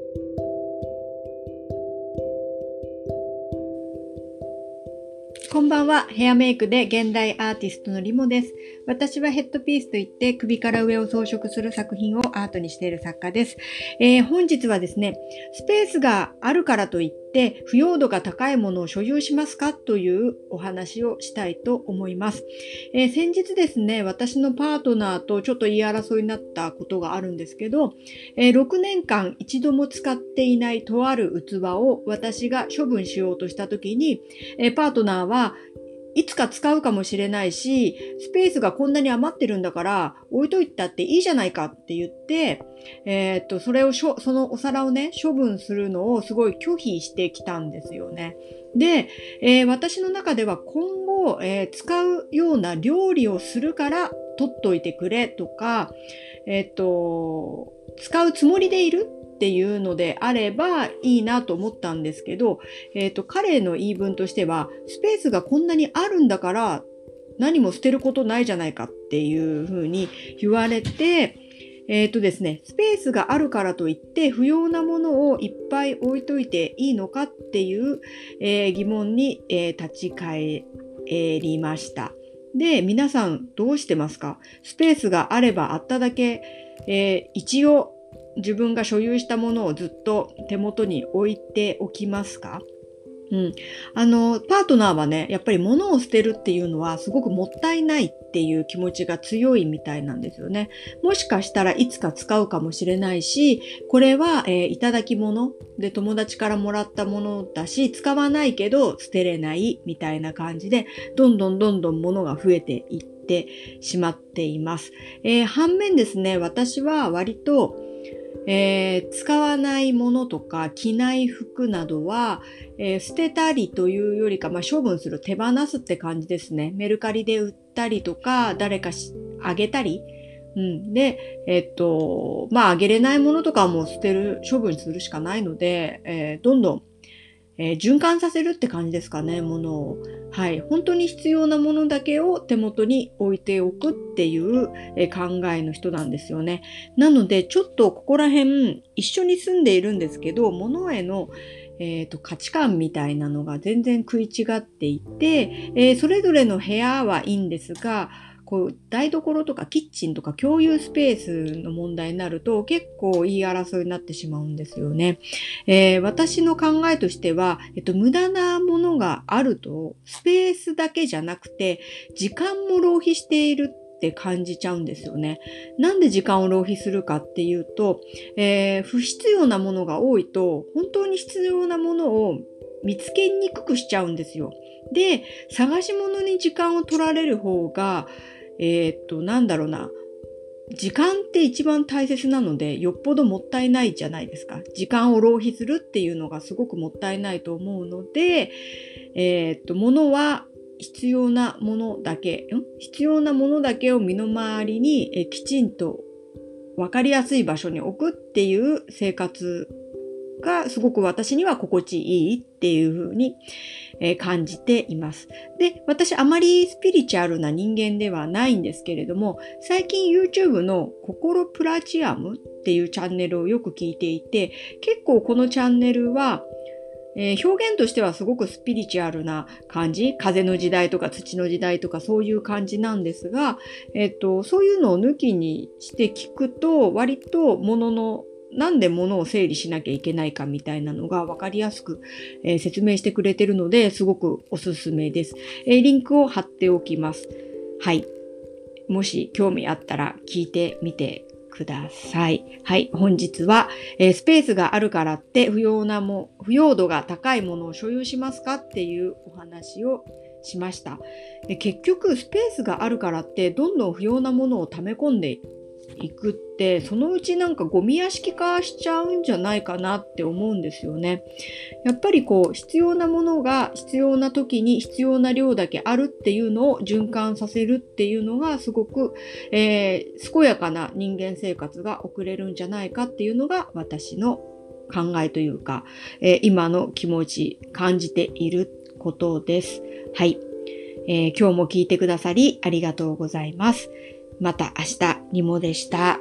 こんばんは。ヘアメイクで現代アーティストのリモです。私はヘッドピースといって首から上を装飾する作品をアートにしている作家です。本日はですね、スペースがあるからといって不要度が高いものを所有しますかというお話をしたいと思います。先日ですね、私のパートナーとちょっと言い争いになったことがあるんですけど、6年間一度も使っていないとある器を私が処分しようとしたときに、パートナーはいつか使うかもしれないし、スペースがこんなに余ってるんだから置いといたっていいじゃないかって言って、そのお皿をね、処分するのをすごい拒否してきたんですよね。で、私の中では今後、使うような料理をするから取っといてくれとか、使うつもりでいるっていうのであればいいなと思ったんですけど、彼の言い分としては、スペースがこんなにあるんだから何も捨てることないじゃないかっていうふうに言われて、ですね、スペースがあるからといって不要なものをいっぱい置いといていいのかっていう、疑問に、立ち返りました。で、皆さんどうしてますか？スペースがあればあっただけ、一応自分が所有したものをずっと手元に置いておきますか？パートナーはね、やっぱり物を捨てるっていうのはすごくもったいないっていう気持ちが強いみたいなんですよね。もしかしたらいつか使うかもしれないし、これは、いただき物で友達からもらったものだし、使わないけど捨てれないみたいな感じで、どんどん物が増えていってしまっています。反面ですね、私は割と使わないものとか着ない服などは、捨てたりというよりか、処分する、手放すって感じですね。メルカリで売ったりとか、誰かあげたり。で、あげれないものとかはもう捨てる、処分するしかないので、どんどん循環させるって感じですかね、ものを。はい。本当に必要なものだけを手元に置いておくっていう考えの人なんですよね。なので、ちょっとここら辺、一緒に住んでいるんですけど、物への価値観みたいなのが全然食い違っていて、それぞれの部屋はいいんですが、台所とかキッチンとか共有スペースの問題になると結構言い争いになってしまうんですよね。私の考えとしては、無駄なものがあるとスペースだけじゃなくて時間も浪費しているって感じちゃうんですよね。なんで時間を浪費するかっていうと、不必要なものが多いと本当に必要なものを見つけにくくしちゃうんですよ。で、探し物に時間を取られる方が時間って一番大切なので、よっぽどもったいないじゃないですか。時間を浪費するっていうのがすごくもったいないと思うので、物は必要なものだけを身の回りにきちんとわかりやすい場所に置くっていう生活がすごく私には心地いいっていう風に感じています。で、私あまりスピリチュアルな人間ではないんですけれども、最近 YouTube の心プラチアムっていうチャンネルをよく聞いていて、結構このチャンネルは表現としてはすごくスピリチュアルな感じ、風の時代とか土の時代とかそういう感じなんですが、そういうのを抜きにして聞くと、割となんで物を整理しなきゃいけないかみたいなのが分かりやすく、説明してくれてるので、すごくおすすめです。リンクを貼っておきます。はい。もし興味あったら聞いてみてください。はい。本日は、スペースがあるからって不要度が高いものを所有しますかっていうお話をしました。で、結局スペースがあるからってどんどん不要なものを溜め込んでいくって、そのうちゴミ屋敷化しちゃうんじゃないかなって思うんですよね。やっぱり必要なものが必要な時に必要な量だけあるっていうのを循環させるっていうのがすごく、健やかな人間生活が送れるんじゃないかっていうのが私の考えというか、今の気持ち感じていることです。はい、今日も聞いてくださりありがとうございます。また明日、リモでした。